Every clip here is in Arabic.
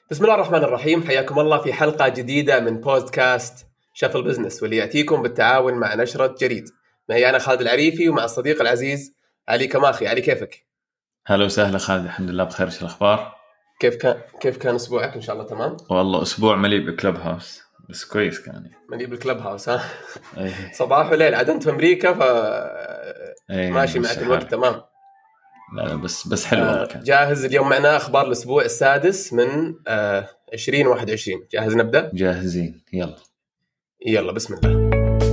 بسم الله الرحمن الرحيم. حياكم الله في حلقة جديدة من بودكاست شفل بزنس، واللي يأتيكم بالتعاون مع نشرة جريد. معي أنا خالد العريفي ومع الصديق العزيز علي كماخي. علي كيفك؟ هلا وسهلا خالد، الحمد لله بخير. شو الأخبار؟ كيف كان أسبوعك؟ إن شاء الله تمام؟ والله أسبوع مليء بكلب هاوس، بس كويس كان. مليء بالكلب هاوس ها؟ أيه. صباح وليل. عاد أنت في أمريكا ماشي معك الوقت تمام. لا بس حلو والله كان. جاهز؟ اليوم معنا أخبار الأسبوع السادس من 2021. جاهز نبدأ؟ جاهزين، يلا بسم الله.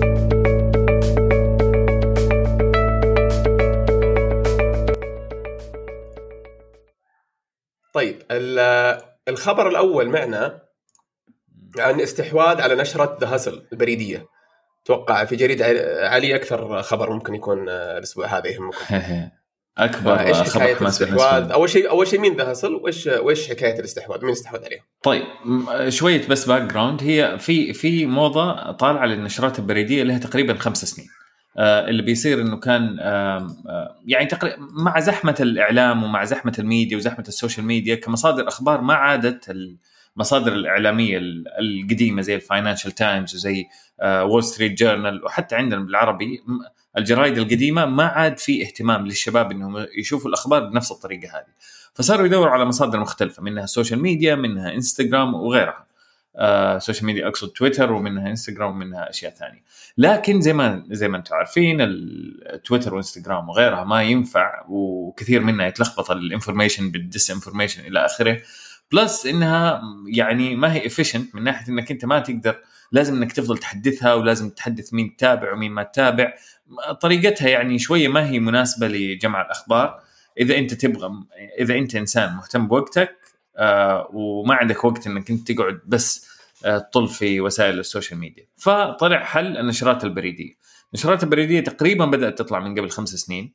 طيب، الخبر الأول معنا عن استحواذ على نشرة ذا هاسل البريدية. توقع في جريد علي أكثر خبر ممكن يكون الأسبوع هذا يهمكم. أكبر خبر حماس الاستحواذ. أول شيء مين ذا هاسل؟ وإيش حكاية الاستحواذ؟ مين استحوذ عليه؟ طيب شوية بس باك جراوند. هي في موضة طالعة للنشرات البريدية لها تقريبا 5 سنين. اللي بيصير إنه كان يعني تقريبا مع زحمة الإعلام ومع زحمة الميديا وزحمة السوشيال ميديا كمصادر أخبار ما عادت المصادر الإعلامية القديمة زي الفاينانشال تايمز وزي وول ستريت جورنال، وحتى عندنا بالعربي الجرايد القديمة ما عاد في اهتمام للشباب إنهم يشوفوا الأخبار بنفس الطريقة هذه، فصاروا يدوروا على مصادر مختلفة، منها السوشيال ميديا، منها انستغرام وغيرها. سوشيال ميديا أقصد تويتر، ومنها انستغرام، ومنها أشياء ثانية. لكن زي ما أنتم عارفين التويتر وانستغرام وغيرها ما ينفع، وكثير منها يتلخبط الانفورميشن بالديس انفورميشن إلى آخره. بلس إنها يعني ما هي efficient من ناحية إنك أنت ما تقدر، لازم إنك تفضل تحدثها، ولازم تحدث مين تتابع ومين ما تتابع. طريقتها يعني شوية ما هي مناسبة لجمع الأخبار. إذا أنت إنسان مهتم بوقتك وما عندك وقت إنك أنت تقعد بس تطل في وسائل السوشيال ميديا، فطلع حل النشرات البريدية. النشرات البريدية تقريبا بدأت تطلع من قبل 5 سنين.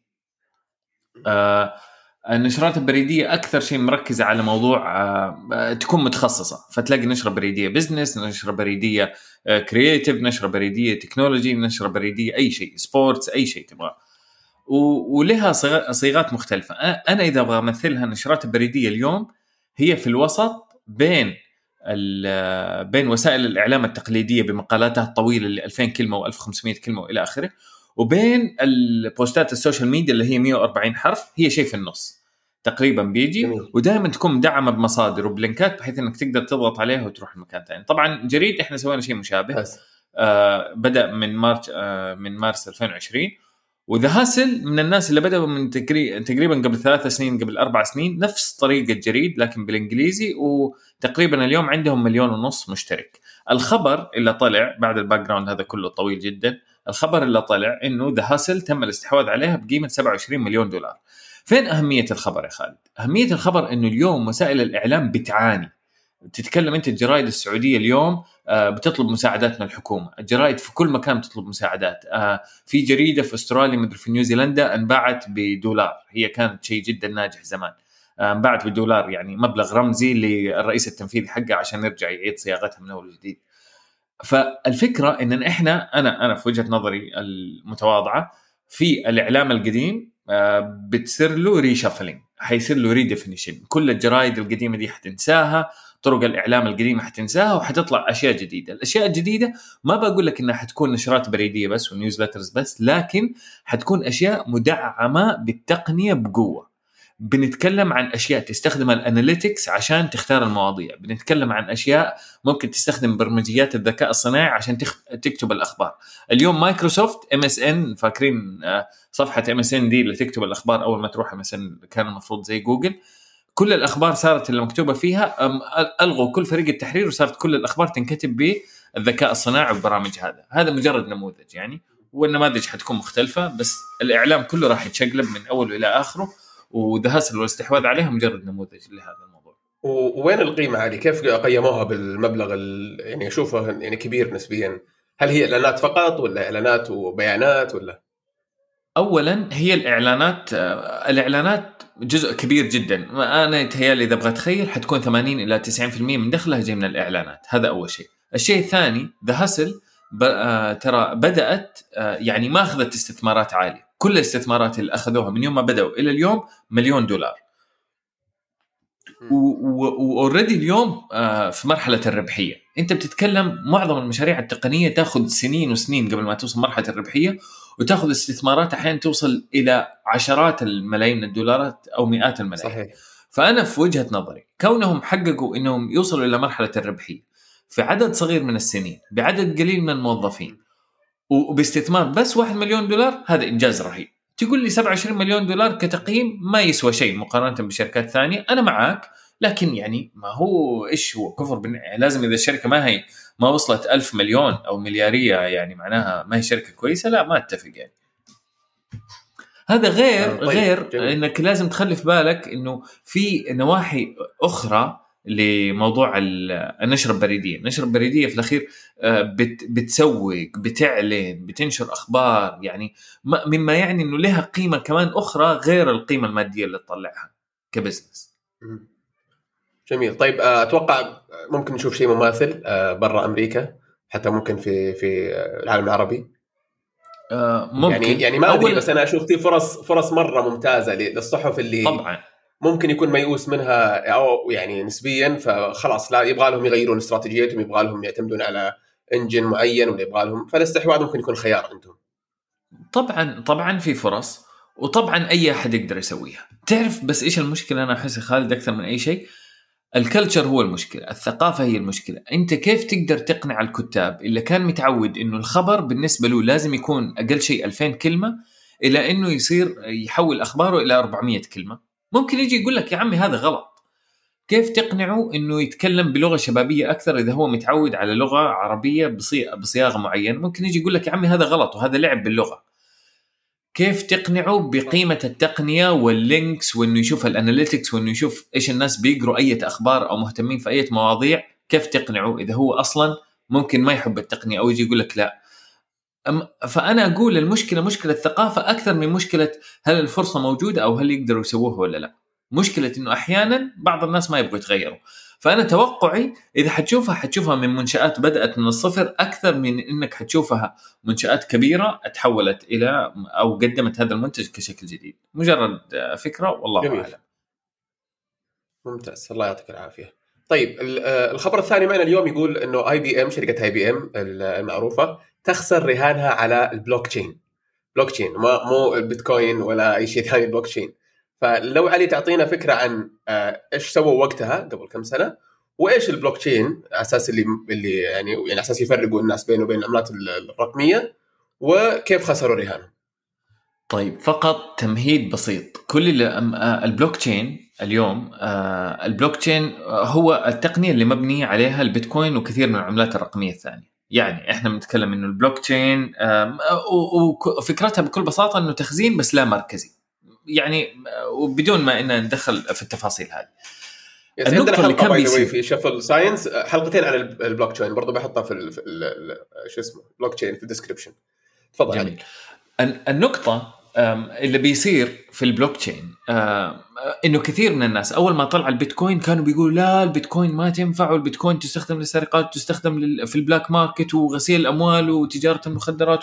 النشرات البريدية أكثر شيء مركزة على موضوع تكون متخصصة، فتلاقي نشرة بريدية بزنس، نشرة بريدية كرياتيف، نشرة بريدية تكنولوجي، نشرة بريدية أي شيء، سبورتس، أي شيء تبغى، ولها صيغات مختلفة. أنا إذا أبغى أمثلها، النشرات البريدية اليوم هي في الوسط بين وسائل الإعلام التقليدية بمقالاتها الطويلة اللي 2000 كلمة و1500 كلمة وإلى آخره، وبين البوستات السوشيال ميديا اللي هي 140 حرف. هي شيء في النص تقريبا بيجي، ودائما تكون مدعمة بمصادر وبلينكات بحيث انك تقدر تضغط عليها وتروح لمكان ثاني. طبعا جريد احنا سوينا شيء مشابه، بدأ من مارس 2020. وذا هاسل من الناس اللي بدأوا من تقريبا قبل 3 سنين، قبل 4 سنين، نفس طريقة جريد لكن بالإنجليزي، وتقريبا اليوم عندهم 1.5 مليون مشترك. الخبر اللي طلع بعد الباك جراوند هذا كله طويل جدا، الخبر اللي طلع إنه ذا هاسل تم الاستحواذ عليها بقيمة $27 مليون. فين أهمية الخبر يا خالد؟ أهمية الخبر إنه اليوم وسائل الإعلام بتعاني. تتكلم أنت الجرائد السعودية اليوم بتطلب مساعدات من الحكومة، الجرائد في كل مكان بتطلب مساعدات. في جريدة في أستراليا مدري في نيوزيلندا انباعت $1، هي كانت شيء جدا ناجح زمان، انباعت $1، يعني مبلغ رمزي للرئيس التنفيذي حقه عشان يرجع يعيد صياغتها من أول جديد. فالفكرة إن إحنا أنا في وجهة نظري المتواضعة، في الإعلام القديم بتصير له ريشافلينج، حيصير له ريديفينيشن. كل الجرائد القديمة دي حتنساها، طرق الإعلام القديمة حتنساها، وحتطلع أشياء جديدة. الأشياء الجديدة ما بقول لك إنها حتكون نشرات بريدية بس ونيوزلترز بس، لكن حتكون أشياء مدعمة بالتقنية بقوة. بنتكلم عن أشياء تستخدم الأناليتكس عشان تختار المواضيع، بنتكلم عن أشياء ممكن تستخدم برمجيات الذكاء الصناعي عشان تكتب الأخبار. اليوم مايكروسوفت MSN، فاكرين صفحة MSN دي اللي تكتب الأخبار؟ أول ما تروح MSN كان المفروض زي جوجل، كل الأخبار صارت اللي مكتوبة فيها ألغوا كل فريق التحرير، وصارت كل الأخبار تنكتب بالذكاء الصناعي وبرامج. هذا مجرد نموذج يعني، والنماذج حتكون مختلفة، بس الإعلام كله راح يتشقلب من أول إلى آخره، وذا هاسل والاستحواذ عليها مجرد نموذج لهذا الموضوع. وين القيمة علي؟ كيف قيموها بالمبلغ يعني أشوفه يعني كبير نسبيا؟ هل هي إعلانات فقط ولا إعلانات وبيانات ولا؟ أولا هي الإعلانات جزء كبير جدا. أنا يتهيألي إذا أبغى أتخيل حتكون 80 إلى 90% من دخلها جاي من الإعلانات. هذا أول شيء. الشيء الثاني، ذا هاسل ترى بدأت يعني ما أخذت استثمارات عالية. كل الاستثمارات اللي أخذوها من يوم ما بدأوا إلى اليوم $1 مليون. واوريدي اليوم في مرحله الربحيه. انت بتتكلم معظم المشاريع التقنيه تاخذ سنين وسنين قبل ما توصل مرحله الربحيه، وتاخذ استثمارات احيانا توصل الى عشرات الملايين من الدولارات او مئات الملايين. صحيح. فانا في وجهه نظري كونهم حققوا انهم يوصلوا الى مرحله الربحيه في عدد صغير من السنين بعدد قليل من الموظفين وباستثمار بس $1 مليون، هذا انجاز رهيب. تقول لي $27 مليون كتقييم ما يسوى شيء مقارنة بشركات ثانية، أنا معاك، لكن يعني ما هو إيش هو كفر لازم إذا الشركة ما وصلت 1000 مليون أو مليارية يعني معناها ما هي شركة كويسة؟ لا، ما اتفق يعني. هذا غير جميل. إنك لازم تخلي في بالك إنه في نواحي أخرى لموضوع النشر البريدية. النشر البريدية في الأخير بتسوق، بتعلن، بتنشر أخبار، يعني مما يعني إنه لها قيمة كمان أخرى غير القيمة المادية اللي تطلعها كبزنس. جميل. طيب أتوقع ممكن نشوف شيء مماثل برا أمريكا، حتى ممكن في العالم العربي. ممكن يعني ما أدري، بس أنا أشوف في فرص مرة ممتازة للصحف اللي طبعا ممكن يكون ميؤوس منها أو يعني نسبيا، فخلاص لا يبغى لهم يغيرون استراتيجيتهم، يبغى لهم يعتمدون على انجن معين، ولا يبغى لهم، فالاستحواذ ممكن يكون خيار عندهم. طبعا في فرص، وطبعا اي احد يقدر يسويها. تعرف بس ايش المشكله؟ انا احس خالد اكثر من اي شيء الكلتشر هو المشكله، الثقافه هي المشكله. انت كيف تقدر تقنع الكتاب اللي كان متعود انه الخبر بالنسبه له لازم يكون اقل شيء 2000 كلمه الى انه يصير يحول اخباره الى 400 كلمه؟ ممكن يجي يقول لك يا عمي هذا غلط. كيف تقنعه انه يتكلم بلغه شبابيه اكثر اذا هو متعود على لغه عربيه بصياغه معينه؟ ممكن يجي يقول لك يا عمي هذا غلط وهذا لعب باللغه. كيف تقنعه بقيمه التقنيه واللينكس، وانه يشوف الاناليتكس، وانه يشوف ايش الناس بيقروا اي اخبار او مهتمين في اي مواضيع؟ كيف تقنعه اذا هو اصلا ممكن ما يحب التقنيه او يجي يقول لك لا؟ فانا اقول المشكله مشكله ثقافه اكثر من مشكله هل الفرصه موجوده او هل يقدروا يسووها ولا لا. مشكله انه احيانا بعض الناس ما يبغوا يتغيروا. فانا توقعي اذا حتشوفها من منشآت بدات من الصفر اكثر من انك حتشوفها منشآت كبيره تحولت الى او قدمت هذا المنتج كشكل جديد. مجرد فكره والله اعلم. ممتاز، الله يعطيك العافيه. طيب الخبر الثاني معنا اليوم يقول انه IBM، شركه IBM المعروفه، تخسر رهانها على البلوك تشين. مو البيتكوين ولا اي شيء ثاني، البلوك تشين. فلو علي تعطينا فكره عن ايش سووا وقتها قبل كم سنه، وايش البلوك تشين اساس اللي يعني اساس يفرقوا الناس بينه وبين العملات الرقميه، وكيف خسروا رهانهم. طيب فقط تمهيد بسيط. كل البلوك تشين اليوم، البلوك تشين هو التقنيه اللي مبني عليها البيتكوين وكثير من العملات الرقميه الثانيه. يعني احنا بنتكلم انه البلوك تشين وفكرتها بكل بساطه انه تخزين بس لا مركزي، يعني وبدون ما ان ندخل في التفاصيل هذه. النقطه اللي كان بيصير في شفل ساينس حلقتين عن البلوك تشين، برضو بحطها في شو اسمه بلوك تشين في الديسكريبشن. تفضل. جميل. النقطه اللي بيصير في البلوك تشين انه كثير من الناس اول ما طلع البيتكوين كانوا بيقولوا لا البيتكوين ما تنفع، والبيتكوين تستخدم للسرقات، تستخدم في البلاك ماركت وغسيل الاموال وتجاره المخدرات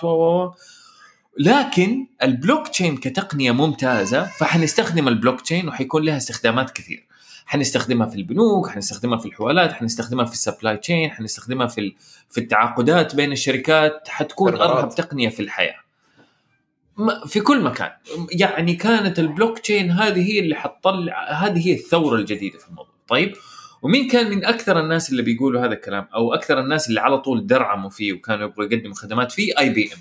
لكن البلوك تشين كتقنيه ممتازه، فحنستخدم البلوك تشين وحيكون لها استخدامات كثير. حنستخدمها في البنوك، حنستخدمها في الحوالات، حنستخدمها في السبلاي تشين، حنستخدمها في التعاقدات بين الشركات. حتكون ارهب تقنيه في الحياه في كل مكان. يعني كانت البلوك تشين هذه هي اللي حتطلع، هذه هي الثورة الجديدة في الموضوع. طيب ومين كان من أكثر الناس اللي بيقولوا هذا الكلام أو أكثر الناس اللي على طول درعموا فيه وكانوا يبغوا يقدموا خدمات فيه؟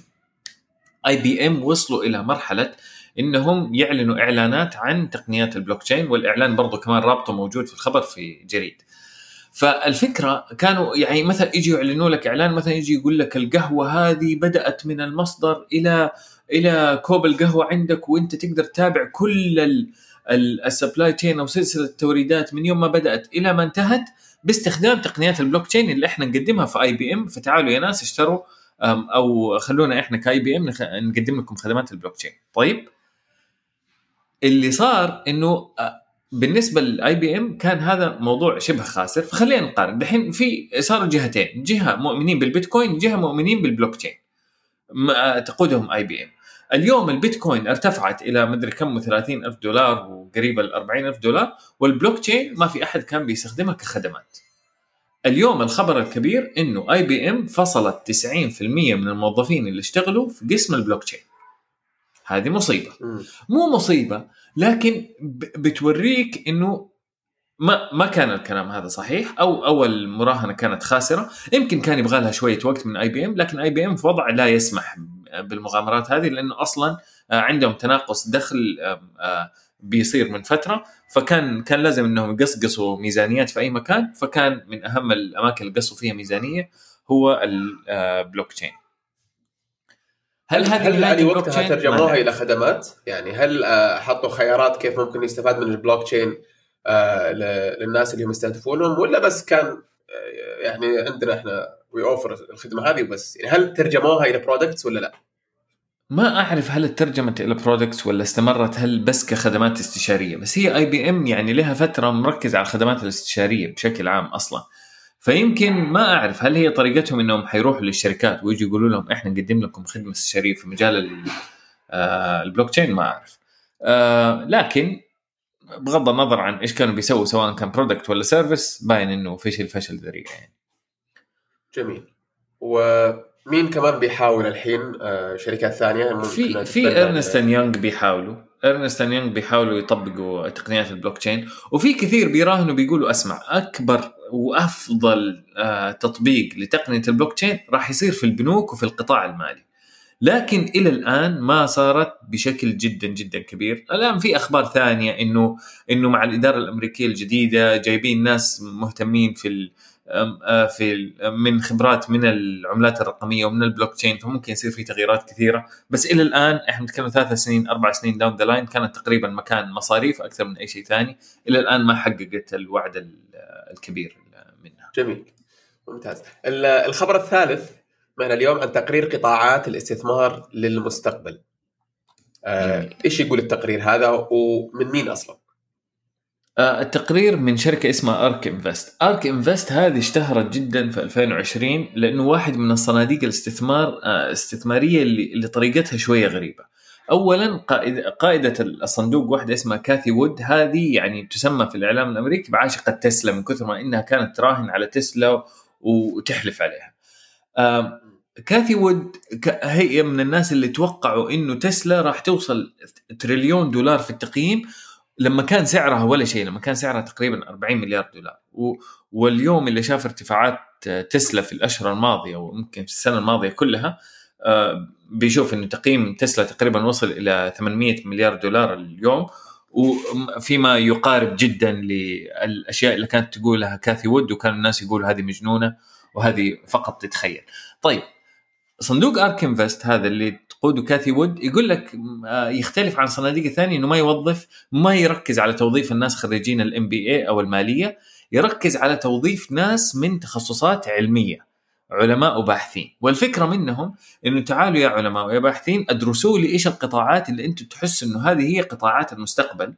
IBM وصلوا إلى مرحلة إنهم يعلنوا إعلانات عن تقنيات البلوك تشين، والإعلان برضو كمان رابطه موجود في الخبر في جريد. فالفكرة كانوا يعني مثلا يجي يعلنوا لك إعلان، مثلا يجي يقول لك القهوة هذه بدأت من المصدر إلى كوب القهوة عندك، وإنت تقدر تتابع كل السبلاي تشين أو سلسلة التوريدات من يوم ما بدأت إلى ما انتهت باستخدام تقنيات البلوك تشين اللي إحنا نقدمها في IBM. فتعالوا يا ناس اشتروا أو خلونا إحنا كIBM نقدم لكم خدمات البلوك تشين. طيب اللي صار إنه بالنسبة للIBM كان هذا موضوع شبه خاسر. فخلينا نقارن دحين، في صاروا جهتين، جهة مؤمنين بالبيتكوين، جهة مؤمنين بالبلوك تشين تقودهم IBM. اليوم البيتكوين ارتفعت الى مدري كم $30,000 وقريبه $40,000 والبلوك تشين ما في احد كان بيستخدمها كخدمات. اليوم الخبر الكبير انه IBM فصلت 90% من الموظفين اللي اشتغلوا في قسم البلوك تشين. هذه مصيبه، مو مصيبه لكن بتوريك انه ما كان الكلام هذا صحيح، او اول مراهنه كانت خاسره. يمكن كان يبغى لها شويه وقت من IBM، لكن IBM في وضع لا يسمح بالمغامرات هذه، لانه اصلا عندهم تناقص دخل بيصير من فتره، فكان لازم انهم يقصقصوا ميزانيات في اي مكان. فكان من اهم الاماكن اللي قصوا فيها ميزانيه هو البلوك تشين. هل وقتها ترجموها الى خدمات؟ يعني هل حطوا خيارات كيف ممكن يستفاد من البلوك تشين للناس اللي هم يستهدفونهم، ولا بس كان يعني عندنا احنا وي اوفر الخدمه هذه وبس؟ يعني هل ترجموها الى برودكتس ولا لا؟ ما اعرف هل ترجمت الى برودكتس ولا استمرت هل بس كخدمات استشاريه. بس هي IBM يعني لها فتره مركز على الخدمات الاستشاريه بشكل عام اصلا، فيمكن ما اعرف هل هي طريقتهم انهم حيروحوا للشركات ويجي يقولوا لهم احنا نقدم لكم خدمه استشاريه في مجال البلوك تشين، ما اعرف. لكن بغض النظر عن ايش كانوا بيسووا سواء كان برودكت ولا سيرفيس، باين انه فشل ذريع يعني. جميل. ومين كمان بيحاول الحين؟ شركات ثانيه ممكن في إرنست أند يونغ بيحاولوا يطبقوا تقنيات البلوك تشين، وفي كثير بيراهنوا بيقولوا اسمع اكبر وافضل تطبيق لتقنيه البلوك تشين راح يصير في البنوك وفي القطاع المالي. لكن إلى الآن ما صارت بشكل جدا جدا كبير. الآن في أخبار ثانية إنه مع الإدارة الأمريكية الجديدة جايبين ناس مهتمين في من خبرات من العملات الرقمية ومن البلوك تشين، فممكن يصير في تغييرات كثيرة. بس إلى الآن إحنا نتكلم 3 سنين 4 سنين داون ذا لاين، كانت تقريبا مكان مصاريف أكثر من أي شيء ثاني. إلى الآن ما حققت الوعد الكبير منها. جميل، ممتاز. الخبر الثالث معنا اليوم عن تقرير قطاعات الاستثمار للمستقبل. إيش يقول التقرير هذا ومن مين أصلا؟ التقرير من شركة اسمها أرك إنفست. هذه اشتهرت جدا في 2020 لأنه واحد من الصناديق الاستثمارية اللي طريقتها شوية غريبة. أولا قائدة الصندوق واحدة اسمها كاثي وود. هذه يعني تسمى في الإعلام الأمريكي بعاشقة تسلا من كثر ما إنها كانت تراهن على تسلا وتحلف عليها. كاثي وود هي من الناس اللي توقعوا إنه تسلا راح توصل $1 تريليون في التقييم لما كان سعرها ولا شيء، لما كان سعرها تقريبا $40 مليار. واليوم اللي شاف ارتفاعات تسلا في الأشهر الماضية وممكن في السنة الماضية كلها، بيشوف إنه تقييم تسلا تقريبا وصل إلى $800 مليار اليوم، وفيما يقارب جدا للأشياء اللي كانت تقولها كاثي وود، وكان الناس يقولوا هذه مجنونة وهذه فقط تتخيل. طيب صندوق أرك إنفست هذا اللي تقوده كاثي وود يقول لك يختلف عن صناديق الثانية إنه ما يركز على توظيف الناس خريجين الMBA أو المالية، يركز على توظيف ناس من تخصصات علمية، علماء وباحثين. والفكرة منهم إنه تعالوا يا علماء ويا باحثين أدرسوا لي إيش القطاعات اللي أنتم تحسوا إنه هذه هي قطاعات المستقبل،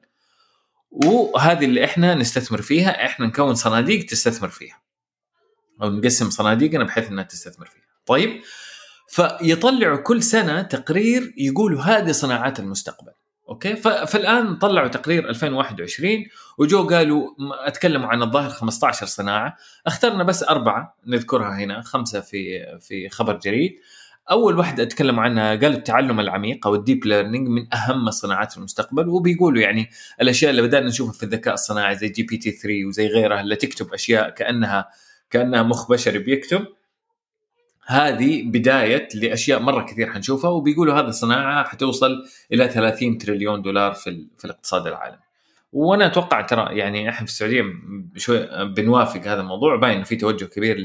وهذه اللي إحنا نستثمر فيها. إحنا نكون صناديق تستثمر فيها أو نقسم صناديقنا بحيث أنها تستثمر فيها. طيب فيطلعوا كل سنة تقرير يقولوا هذه صناعات المستقبل. أوكي، فالآن طلعوا تقرير 2021 وجو قالوا أتكلموا عن الظاهر 15 صناعة. اخترنا بس 4 نذكرها هنا، 5 في خبر جريد. أول واحدة أتكلم عنها قالوا التعلم العميق أو الديب ليرنينج من أهم صناعات المستقبل، وبيقولوا يعني الأشياء اللي بدأنا نشوفها في الذكاء الصناعي زي GPT-3 وزي غيرها اللي تكتب أشياء كأنها مخ بشري بيكتب، هذه بداية لأشياء مرة كثير حنشوفها. وبيقولوا هذا الصناعة حتوصل إلى $30 تريليون في الاقتصاد العالمي. وأنا أتوقع ترى يعني إحنا في السعودية شوي بنوافق هذا الموضوع، باين إنه في توجه كبير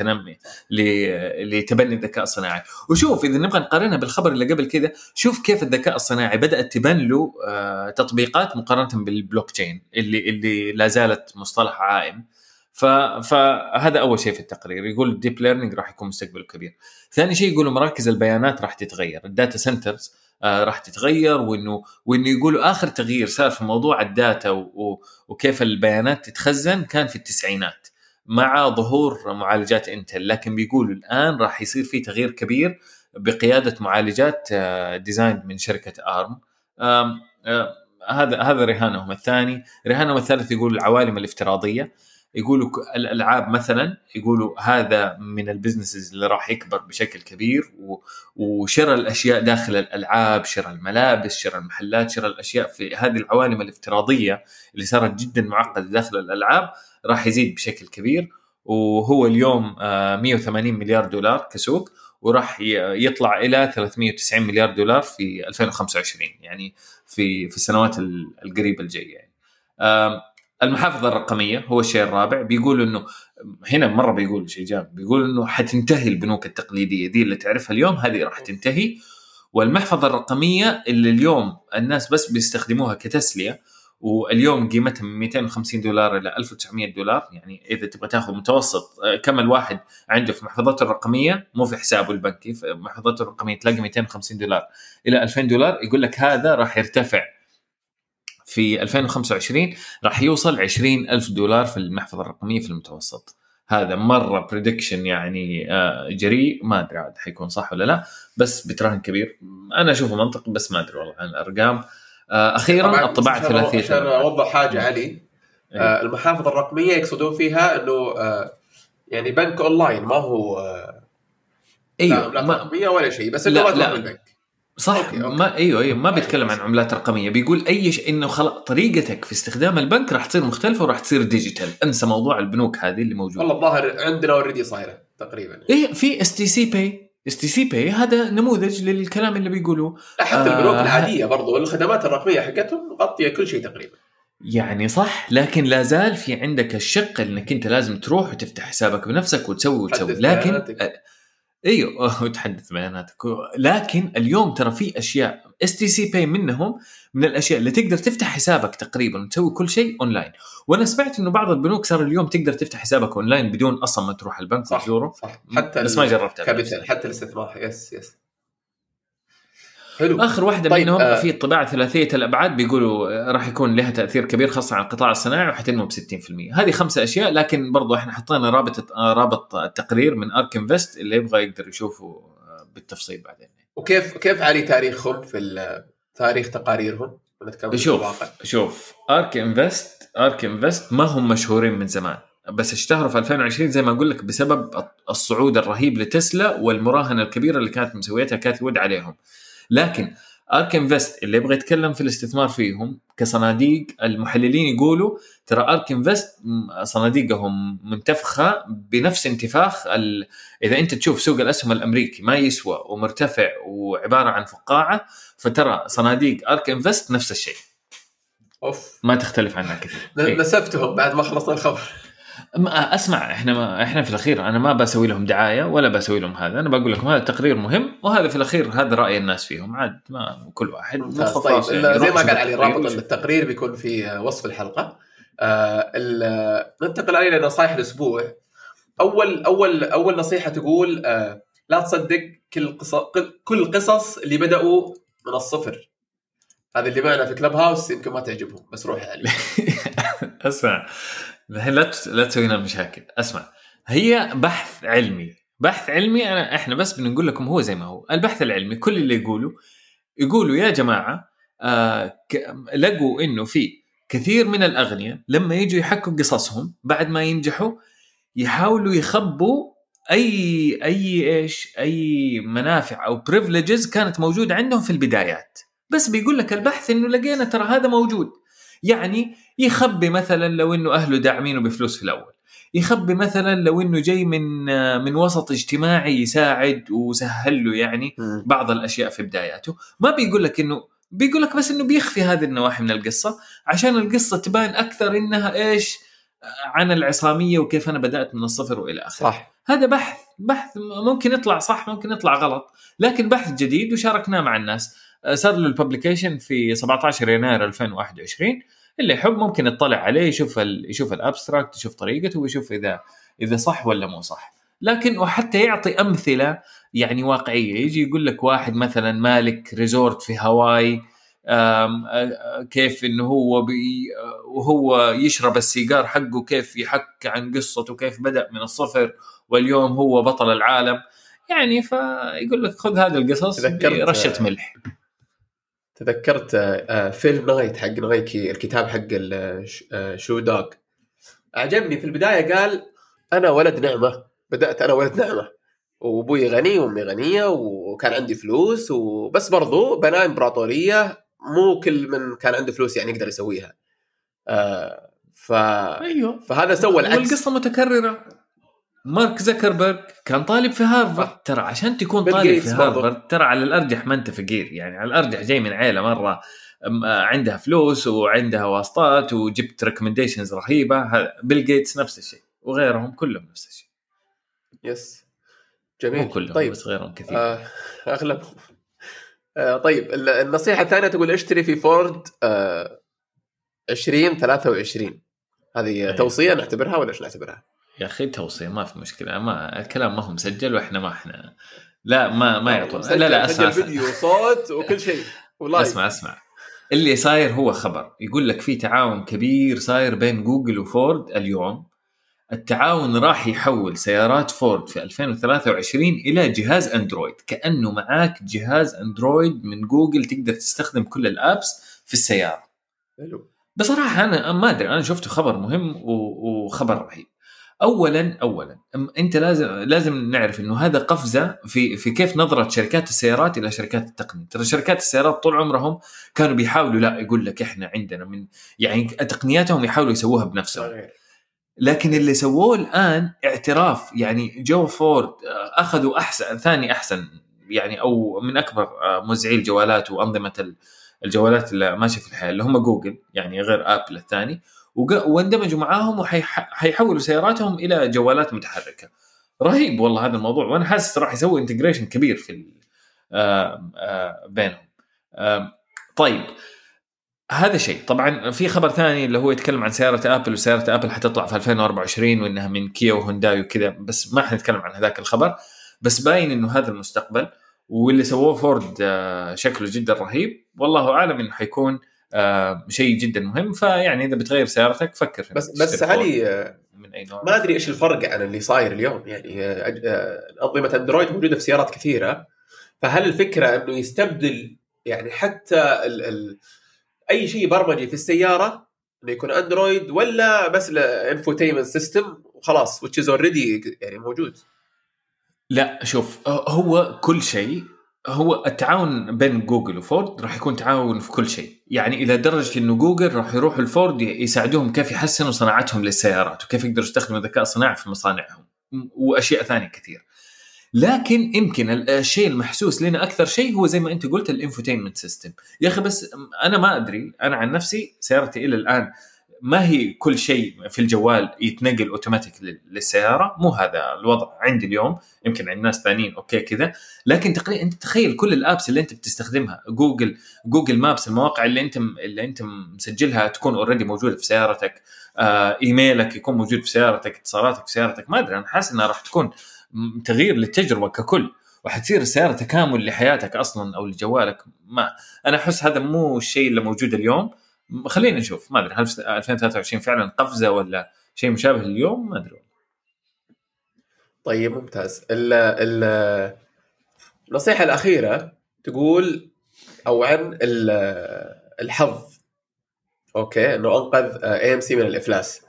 لتبني الذكاء الصناعي. وشوف إذا نبغى نقارنها بالخبر اللي قبل كده، شوف كيف الذكاء الصناعي بدأت تبان له تطبيقات مقارنة بالبلوك تشين اللي لا زالت مصطلح عائم. فهذا أول شيء في التقرير. يقول الديب ليرنينج راح يكون مستقبل كبير. ثاني شيء يقولوا مراكز البيانات راح تتغير، الداتا سنترز راح تتغير، وإنه يقولوا آخر تغيير صار في موضوع الداتا وكيف البيانات تتخزن كان في التسعينات مع ظهور معالجات انتل، لكن بيقولوا الآن راح يصير في تغيير كبير بقيادة معالجات ديزاين من شركة آرم. هذا رهانهم الثاني. رهانهم الثالث يقول العوالم الافتراضية، يقولوا الألعاب مثلا، يقولوا هذا من البزنسز اللي راح يكبر بشكل كبير، وشراء الأشياء داخل الألعاب، شراء الملابس، شراء المحلات، شراء الأشياء في هذه العوالم الافتراضية اللي صارت جدا معقدة داخل الألعاب راح يزيد بشكل كبير. وهو اليوم 180 مليار دولار كسوق، وراح يطلع إلى 390 مليار دولار في 2025، يعني في السنوات القريبة الجاية يعني. المحافظة الرقمية هو الشيء الرابع. بيقول إنه هنا مرة بيقول شيء جامد، بيقول إنه حتنتهي البنوك التقليدية دي اللي تعرفها اليوم، هذه راح تنتهي. والمحفظة الرقمية اللي اليوم الناس بس بيستخدموها كتسلية، واليوم قيمتها من 250 دولار إلى 1900 دولار، يعني إذا تبغى تأخذ متوسط كم الواحد عنده في محفظته الرقمية مو في حسابه البنكي، في محفظته الرقمية تلاقي 250 دولار إلى 2000 دولار. يقول لك هذا راح يرتفع في 2025، راح يوصل 20,000 دولار في المحفظة الرقمية في المتوسط. هذا مرة بريدكشن يعني جريء، ما أدري عاد حيكون صح ولا لا، بس بتراهن كبير. أنا أشوفه منطقي بس ما أدري والله عن الأرقام. أخيرا الطباعة الثلاثية. عشان أوضح حاجة علي، المحافظة الرقمية يقصدون فيها إنه يعني بنك أونلاين، ما هو أيوة عملات رقمية ولا شيء، بس إنه ما تروح البنك. صح. أوكي. ما ايوه ما بيتكلم عن عملات رقميه، بيقول اي شيء انه خلاص طريقتك في استخدام البنك راح تصير مختلفه وراح تصير ديجيتال. انسى موضوع البنوك هذه اللي موجوده. والله الظاهر عندنا اوريدي صايره تقريبا. ايه في STC Pay هذا نموذج للكلام اللي بيقولوه. حتى البنوك العاديه برضو الخدمات الرقميه حقتهم مغطيه كل شيء تقريبا. يعني صح، لكن لا زال في عندك الشق انك انت لازم تروح وتفتح حسابك بنفسك وتسوي لكن ايوه وتحدث بياناتك. لكن اليوم ترى في اشياء STC Pay منهم من الاشياء اللي تقدر تفتح حسابك تقريبا وتسوي كل شيء اونلاين. وانا سمعت انه بعض البنوك صار اليوم تقدر تفتح حسابك اونلاين بدون اصلا ما تروح البنك وتزوره. صح. حتى بس ما جربتها كابيتال، حتى الاستثمار. يس حلو. اخر واحده طيب منهم في الطباعه ثلاثيه الابعاد، بيقولوا راح يكون لها تاثير كبير خاصه على القطاع الصناعي وحتنمو ب60%. هذه 5 أشياء، لكن برضو احنا حطينا رابط التقرير من ARK Invest اللي يبغى يقدر يشوفه بالتفصيل بعدين. وكيف علي تاريخهم في تاريخ تقاريرهم؟ شوف ARK Invest ما هم مشهورين من زمان، بس اشتهروا في 2020 زي ما أقول لك بسبب الصعود الرهيب لتسلا والمراهنة الكبيرة اللي كانت مسويتها كاثي وود عليهم. لكن ARK Invest اللي يبغى يتكلم في الاستثمار فيهم كصناديق، المحللين يقولوا ترى ARK Invest صناديقهم منتفخة بنفس انتفاخ إذا أنت تشوف سوق الأسهم الأمريكي ما يسوى ومرتفع وعبارة عن فقاعة، فترى صناديق ARK Invest نفس الشيء. ما تختلف عنها كثير. نسفتهم بعد ما خلصنا الخبر. اسمع احنا في الاخير انا ما بسوي لهم دعايه ولا بسوي لهم هذا، انا بقول لكم هذا التقرير مهم، وهذا في الاخير هذا راي الناس فيهم، عاد ما كل واحد. طيب زي ما قال علي رابط التقرير بيكون في وصف الحلقه. ننتقل عليه لنصائح الاسبوع. اول نصيحه تقول لا تصدق كل قصص اللي بدأوا من الصفر. هذا اللي معنا في كلاب هاوس يمكن ما تعجبهم، بس روح عليه. اسمع لا تسوينا مشاكل. اسمع، هي بحث علمي احنا بس بنقول لكم هو زي ما هو البحث العلمي. كل اللي يقولوا يا جماعه لقوا انه في كثير من الاغنياء لما يجوا يحكوا قصصهم بعد ما ينجحوا يحاولوا يخبوا اي منافع او بريفليجز كانت موجوده عندهم في البدايات. بس بيقول لك البحث انه لقينا ترى هذا موجود. يعني يخبي مثلا لو انه اهله داعمينه بفلوس في الاول، يخبي مثلا لو انه جاي من وسط اجتماعي يساعد وسهل له يعني بعض الاشياء في بداياته. ما بيقول لك انه، بيقول لك بس انه بيخفي هذه النواحي من القصه عشان القصه تبان اكثر انها ايش عن العصاميه وكيف انا بدات من الصفر والى اخره. صح. هذا بحث ممكن يطلع صح ممكن يطلع غلط، لكن بحث جديد وشاركناه مع الناس. صار له الببليكيشن في 17 يناير 2021. اللي يحب ممكن يطلع عليه يشوف الابستراكت، يشوف طريقته ويشوف اذا صح ولا مو صح. لكن وحتى يعطي امثله يعني واقعيه. يجي يقول لك واحد مثلا مالك ريزورت في هاواي، كيف انه هو وهو يشرب السيجار حقه كيف يحكي عن قصته كيف بدأ من الصفر واليوم هو بطل العالم. يعني فيقول لك خذ هذا القصص برشة ملح. تذكرت فيلم نايت حق نايكي، الكتاب حق شو دوغ، أعجبني. في البداية قال أنا ولد نعمة، بدأت أنا ولد نعمة وأبوي غني وأمي غنية وكان عندي فلوس وبس، برضو بناء إمبراطورية مو كل من كان عنده فلوس يعني يقدر يسويها. أيوه. فهذا سوى العكس. والقصة متكررة. مارك زكربرج كان طالب في هارفارد، ترى عشان تكون طالب في هارفارد ترى على الأرجح ما أنت فقير، يعني على الأرجح جاي من عائلة مرة عندها فلوس وعندها واسطات وجبت ريكومنديشنز رهيبة. بيل جيتس نفس الشيء وغيرهم كلهم نفس الشيء. يس جميل. مو كلهم طيب. بس غيرهم كثير. أغلبهم. طيب النصيحة الثانية تقول اشتري في فورد 2023. هذه توصية نعتبرها ولا ايش نعتبرها؟ يا أخي توصية ما في مشكلة، ما الكلام ما هو مسجل وإحنا ما إحنا لا ما يعطون. لا اسمع فيديو وصوت وكل شيء والله. اسمع اللي صاير هو خبر يقول لك في تعاون كبير صاير بين جوجل وفورد اليوم. التعاون راح يحول سيارات فورد في 2023 إلى جهاز أندرويد، كأنه معاك جهاز أندرويد من جوجل تقدر تستخدم كل الأبس في السيارة. بصراحة أنا ما أدري، أنا شفته خبر مهم وخبر رهيب. أولا أنت لازم نعرف إنه هذا قفزة في كيف نظرة شركات السيارات إلى شركات التقنية. ترى شركات السيارات طول عمرهم كانوا بيحاولوا لا يقول لك إحنا عندنا من يعني تقنياتهم يحاولوا يسووها بنفسهم، لكن اللي سووه الآن اعتراف. يعني جو فورد أخذوا ثاني أحسن يعني أو من أكبر موزعي الجوالات وأنظمة الجوالات اللي ماشية في الحياة اللي هم جوجل، يعني غير آبل الثاني، واندمجوا معاهم وحيحولوا سياراتهم إلى جوالات متحركة. رهيب والله هذا الموضوع، وأنا حاسس راح يسوي انتجريشن كبير في بينهم. طيب هذا شيء. طبعا في خبر ثاني اللي هو يتكلم عن سيارة آبل، وسيارة آبل حتطلع في 2024 وإنها من كيا وهونداي وكذا، بس ما حنتكلم عن هذاك الخبر. بس باين إنه هذا المستقبل، واللي سووه فورد شكله جدا رهيب، والله أعلم إنه حيكون شيء جدا مهم. فيعني إذا بتغير سيارتك فكر في بس علي من أي نوع. ما أدري إيش الفرق عن اللي صاير اليوم. يعني أنظمة أندرويد موجودة في سيارات كثيرة، فهل الفكرة إنه يستبدل يعني حتى أي شيء برمجي في السيارة إنه يكون أندرويد، ولا بس الانفوتيمنت سيستم وخلاص which is already يعني موجود؟ لا شوف، هو كل شيء، هو التعاون بين جوجل وفورد راح يكون تعاون في كل شيء، يعني إلى درجة إنه جوجل راح يروحوا الفورد يساعدوهم كيف يحسنوا صناعتهم للسيارات وكيف يقدروا يستخدموا الذكاء الصناعي في مصانعهم وأشياء ثانية كثير. لكن يمكن الشيء المحسوس لنا أكثر شيء هو زي ما أنت قلت الانفوتينمنت سيستم. يا أخي بس أنا ما أدري، أنا عن نفسي سيارتي إلى الآن ما هي كل شيء في الجوال يتنقل أوتوماتيك للسيارة، مو هذا الوضع عندي اليوم. يمكن عند ناس ثانيين أوكي كذا، لكن أنت تخيل كل الأبس اللي أنت بتستخدمها، جوجل مابس، المواقع اللي أنت مسجلها تكون أوريدي موجودة في سيارتك، إيميلك يكون موجود في سيارتك، اتصالاتك في سيارتك. ما أدري، أنا حاسس أنها راح تكون تغيير للتجربة ككل، وحتصير السيارة تكامل لحياتك أصلا أو لجوالك. ما أنا أحس هذا مو الشيء اللي موجود اليوم. خلينا نشوف، ما أدري هل 2023 فعلا قفزة ولا شيء مشابه اليوم، ما أدري. طيب ممتاز. النصيحة الأخيرة تقول أو عن الحظ، أوكي، إنه أنقذ AMC من الإفلاس.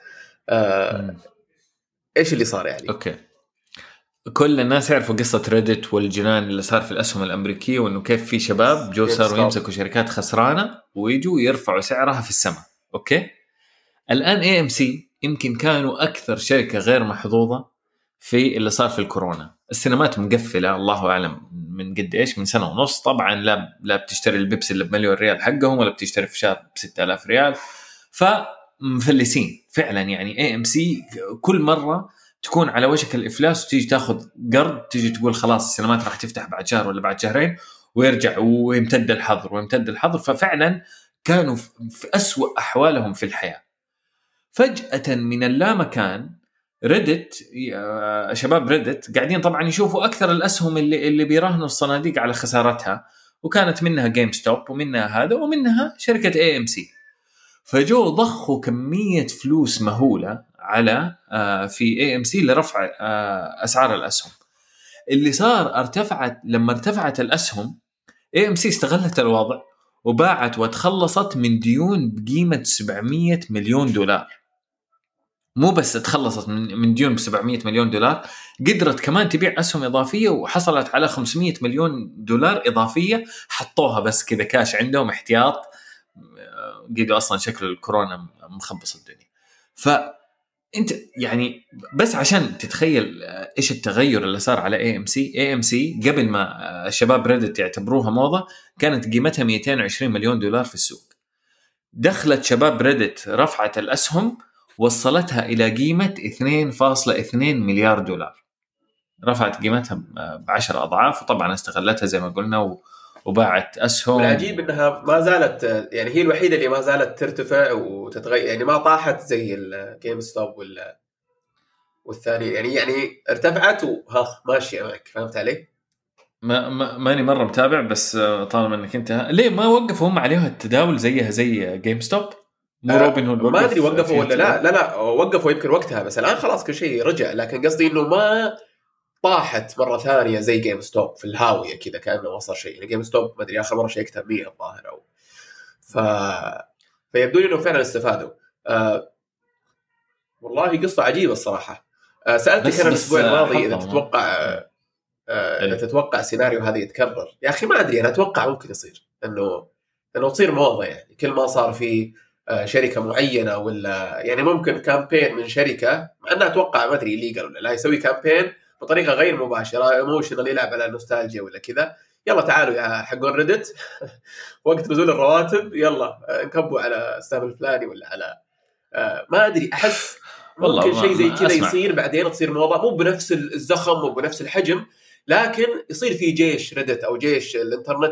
إيش اللي صار يعني؟ أوكي، كل الناس يعرفوا قصة ريدت والجنان اللي صار في الأسهم الأمريكية، وإنه كيف في شباب جو صاروا يمسكوا شركات خسرانة ويجوا يرفعوا سعرها في السماء. أوكي، الآن AMC يمكن كانوا أكثر شركة غير محظوظة في اللي صار في الكورونا. السينمات مقفلة الله أعلم من قد إيش، من سنة ونص. طبعا لا بتشتري البيبسي اللي ب1,000,000 ريال حقهم، ولا بتشتري فشار ب6,000 ريال. فمفلسين فعلا. يعني AMC كل مرة تكون على وشك الإفلاس وتيجي تاخذ قرض، تيجي تقول خلاص السينمات راح تفتح بعد شهر ولا بعد شهرين، ويرجع ويمتد الحظر. ففعلا كانوا في أسوأ أحوالهم في الحياة. فجأة من اللامكان ريدت، شباب ريدت قاعدين طبعا يشوفوا أكثر الأسهم اللي بيراهنوا الصناديق على خسارتها، وكانت منها جيم ستوب ومنها هذا ومنها شركة AMC. فجو ضخوا كمية فلوس مهولة على في AMC لرفع أسعار الأسهم. اللي صار لما ارتفعت الأسهم AMC استغلت الوضع وباعت وتخلصت من ديون بقيمة 700 مليون دولار. مو بس تخلصت من ديون ب700 مليون دولار، قدرت كمان تبيع أسهم إضافية وحصلت على 500 مليون دولار إضافية، حطوها بس كذا كاش عندهم احتياط، قيدوا أصلا شكل الكورونا مخبص الدنيا. فأنت يعني بس عشان تتخيل إيش التغير اللي صار على AMC قبل ما الشباب ريدت يعتبروها موضة كانت قيمتها 220 مليون دولار في السوق. دخلت شباب ريدت رفعت الأسهم وصلتها إلى قيمة 2.2 مليار دولار، رفعت قيمتها ب10 أضعاف، وطبعا استغلتها زي ما قلنا وباعت أسهم. العجيب إنها ما زالت يعني هي الوحيدة اللي ما زالت ترتفع وتتغير، يعني ما طاحت زي الجيم ستوب والثاني، يعني ارتفعت وها ماشية معك. فهمت علي؟ ماني مرة متابع، بس طالما انك انت ليه ما وقفوا هم عليها التداول زيها زي جيم ستوب؟ مو روبن هود ما ادري وقفوا ولا لا وقفوا يمكن وقتها، بس الان خلاص كل شيء رجع. لكن قصدي انه ما طاحت مرة ثانية زي جيم ستوب في الهاوية كذا كأنه وصل شيء. يعني جيم ستوب ما ادري اخر مرة شيكتها 100 الظاهر او فيبدو لي انه فعلا استفادوا. والله قصة عجيبة الصراحة. سألتك انا الاسبوع الماضي اذا تتوقع سيناريو هذا يتكرر. يا أخي ما أدري، أنا أتوقع ممكن يصير إنه تصير موضة. يعني كل ما صار في شركة معينة ولا يعني ممكن كامبين من شركة، مع أنها أتوقع ما أدري ليجل ولا لا، يسوي كامبين بطريقة غير مباشرة ايموشنال يلعب على النوستالجيا ولا كذا. يلا تعالوا يا حقون ريدت وقت نزول الرواتب يلا نكبوا على السهم الفلاني ولا على ما أدري. أحس ممكن شيء زي كذا يصير بعدين تصير موضة، مو بنفس الزخم وبنفس الحجم، لكن يصير في جيش ريدت أو جيش الإنترنت،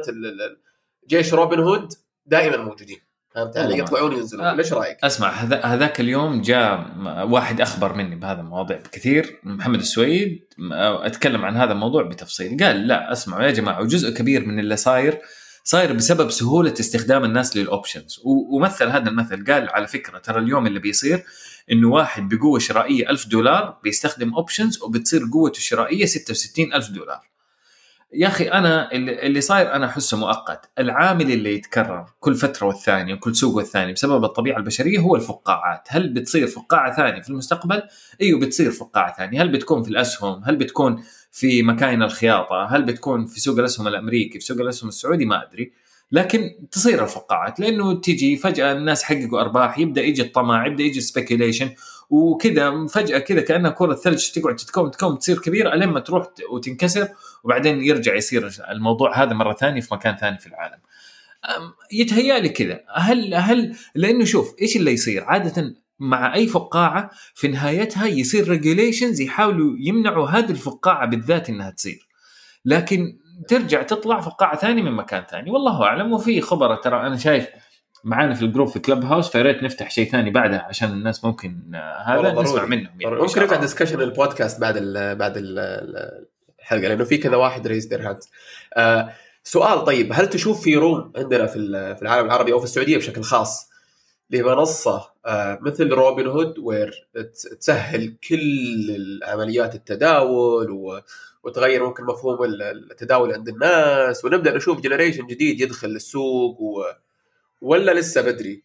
جيش روبن هود دائما موجودين. فهمت علي؟ يطلعون ينزلون. ليش رأيك؟ أسمع، هذاك اليوم جاء واحد أخبر مني بهذا المواضيع بكثير، محمد السويد، أتكلم عن هذا الموضوع بتفصيل. قال لا اسمعوا يا جماعة، وجزء كبير من اللي صاير بسبب سهولة استخدام الناس للأوبشنز. ومثل هذا المثل، قال على فكرة ترى اليوم اللي بيصير إنه واحد بقوة شرائية $1000 بيستخدم أوبشنز وبتصير قوته الشرائية $66,000. يا أخي أنا اللي صاير أنا أحسه مؤقت. العامل اللي يتكرر كل فترة والثانية وكل سوق والثاني بسبب الطبيعة البشرية هو الفقاعات. هل بتصير فقاعة ثانية في المستقبل؟ أيوه بتصير فقاعة ثانية. هل بتكون في الأسهم؟ هل بتكون في مكاين الخياطة؟ هل بتكون في سوق الأسهم الأمريكي؟ في سوق الأسهم السعودي؟ ما أدري، لكن تصير الفقاعات لأنه تيجي فجأة الناس حققوا أرباح، يبدأ يجي الطمع، يبدأ يجي سبيكيوليشن، وكذا فجأة كذا كأنها كرة ثلج تقعد تتكون تصير كبيرة لما تروح وتنكسر، وبعدين يرجع يصير الموضوع هذا مرة ثانية في مكان ثاني في العالم. يتهيألي كذا. هل لأنه شوف إيش اللي يصير عادة مع أي فقاعة، في نهايتها يصير ريجوليشنز يحاولوا يمنعوا هذه الفقاعة بالذات إنها تصير، لكن ترجع تطلع فقاعة ثانية من مكان ثاني. والله أعلم. وفي خبرة ترى أنا شايف معانا في الجروب في كلب هاوس، فياريت نفتح شيء ثاني بعدها عشان الناس ممكن هذا نسمع منهم. يعني ممكن نفتح ديسكشن البودكاست بعد الحلقة، لأنه في كذا واحد رئيس درهات. سؤال طيب، هل تشوف في روم عندنا في العالم العربي أو في السعودية بشكل خاص لمنصة مثل روبن هود وير تسهل كل عمليات التداول وتغير ممكن مفهوم التداول عند الناس، ونبدأ نشوف جنريشن جديد يدخل السوق ولا لسه بدري؟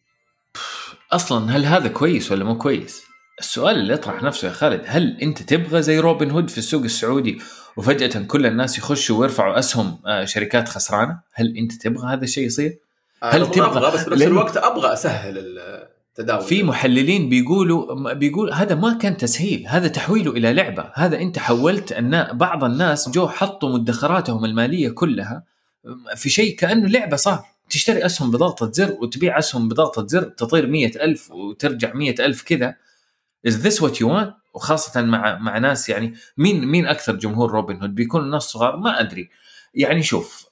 أصلا هل هذا كويس ولا مو كويس؟ السؤال اللي يطرح نفسه يا خالد، هل أنت تبغى زي روبن هود في السوق السعودي وفجأة كل الناس يخشوا ويرفعوا أسهم شركات خسرانة؟ هل أنت تبغى هذا الشيء يصير؟ هل تبغى؟ بس بنفس الوقت أبغى أسهل التداول. في محللين بيقول هذا ما كان تسهيل، هذا تحويله إلى لعبة. هذا أنت حولت أن بعض الناس جو حطوا مدخراتهم المالية كلها في شيء كأنه لعبة. صار تشتري أسهم بضغطة زر وتبيع أسهم بضغطة زر، تطير 100,000 وترجع 100,000 كذا. Is this what you want؟ وخاصة مع ناس يعني مين أكثر جمهور روبن هود بيكون الناس صغار؟ ما أدري. يعني شوف،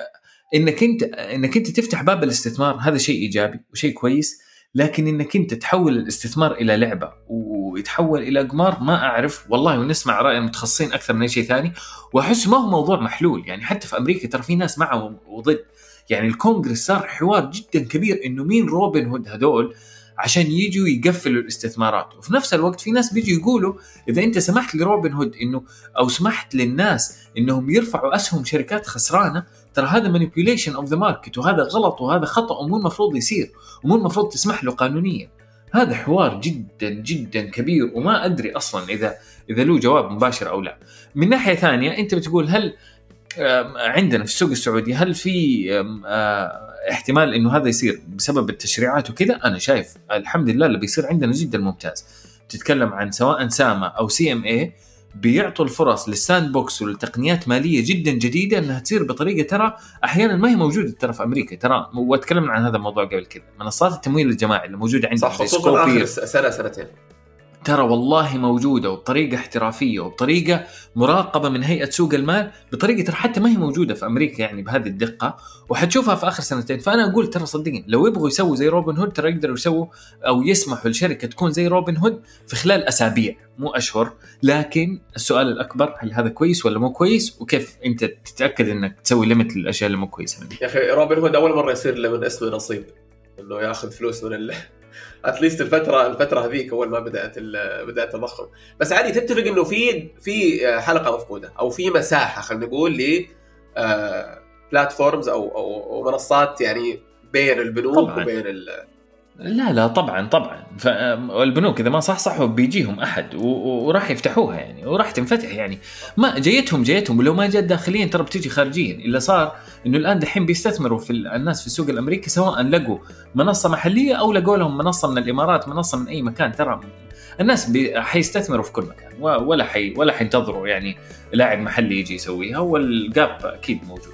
إنك أنت تفتح باب الاستثمار هذا شيء إيجابي وشيء كويس، لكن إنك أنت تحول الاستثمار إلى لعبة ويتحول إلى قمار، ما أعرف والله. ونسمع رأي المتخصصين أكثر من أي شيء ثاني، وأحس ما هو موضوع محلول. يعني حتى في أمريكا ترى في ناس معه وضد. يعني الكونغرس صار حوار جدا كبير إنه مين روبن هود هدول عشان يجوا يقفلوا الاستثمارات. وفي نفس الوقت في ناس بيجوا يقولوا إذا أنت سمحت لروبن هود إنه أو سمحت للناس إنهم يرفعوا أسهم شركات خسرانة، ترى هذا manipulation of the market، وهذا غلط وهذا خطأ ومو المفروض يصير ومو المفروض تسمح له قانونيا. هذا حوار جدا جدا كبير وما أدري أصلا إذا له جواب مباشر أو لا. من ناحية ثانية أنت بتقول هل عندنا في السوق السعودي هل في احتمال إنه هذا يصير بسبب التشريعات وكذا؟ أنا شايف الحمد لله اللي بيصير عندنا جدا ممتاز. تتكلم عن سواء ساما أو CMA بيعطوا الفرص للساند بوكس والتقنيات مالية جدا جديدة أنها تصير بطريقة ترى أحيانا ما هي موجودة ترى في أمريكا. ترى واتكلمنا عن هذا الموضوع قبل كذا، منصات التمويل الجماعي اللي موجودة عندنا صح، خصوصا آخر سنة سنتين ترى والله موجودة وبطريقة احترافية وبطريقة مراقبة من هيئة سوق المال، بطريقة ترى حتى ما هي موجودة في أمريكا يعني بهذه الدقة، وحتشوفها في آخر سنتين. فأنا أقول ترى صدقين لو يبغوا يسووا زي روبن هود ترى يقدروا يسووا أو يسمحوا لشركة تكون زي روبن هود في خلال أسابيع مو أشهر. لكن السؤال الأكبر هل هذا كويس ولا مو كويس، وكيف أنت تتأكد أنك تسوي ليميت للأشياء اللي مو كويسة. يا أخي روبن هود أول مرة يصير له من اسمه نصيب إنه يأخذ فلوس من اتليست الفتره هذيك اول ما بدات التضخم. بس عادي تتفق انه في حلقه مفقوده او في مساحه خلينا نقول ل بلاتفورمز او منصات يعني بين البنوك طبعاً. وبين لا طبعا فالبنوك اذا ما صحصحوا بيجيهم احد وراح يفتحوها يعني وراح تنفتح يعني. ما جيتهم ولو ما جات داخليا ترى بتيجي خارجيا. الا صار انه الان دحين بيستثمروا في الناس في السوق الامريكي سواء لقوا منصه محليه او لقوا لهم منصه من الامارات، منصه من اي مكان. ترى الناس حيستثمروا في كل مكان ولا حينتظروا يعني لاعب محلي يجي يسويها، والجاب اكيد موجود.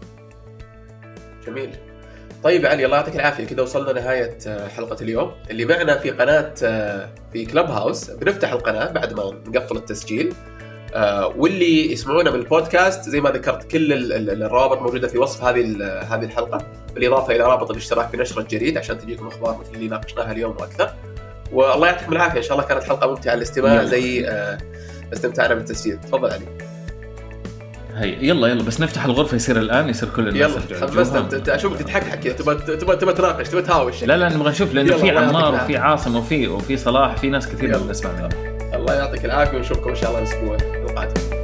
جميل. طيب علي الله يعطيك العافية، كده وصلنا نهاية حلقة اليوم. اللي معنا في قناة في كلاب هاوس بنفتح القناة بعد ما نقفل التسجيل، واللي يسمعونا بالبودكاست زي ما ذكرت كل الروابط موجودة في وصف هذه الحلقة، بالإضافة إلى رابط الاشتراك في نشرة الجريد عشان تجيكم أخبار مثل اللي ناقشناها اليوم وأكثر. والله يعطيكم العافية، إن شاء الله كانت حلقة ممتعة للاستماع زي استمتعنا بالتسجيل. تفضل علي. هي يلا بس نفتح الغرفة يصير الآن يصير كل الناس يلا خلصت أشوفك تضحك كذا تبى تناقش تبى تهاوش. لا نبغى نشوف لأنه في عمار وفي عاصم وفي صلاح، في ناس كثير نسمع منهم. الله يعطيك العافية ونشوفكم إن شاء الله الأسبوع القادم.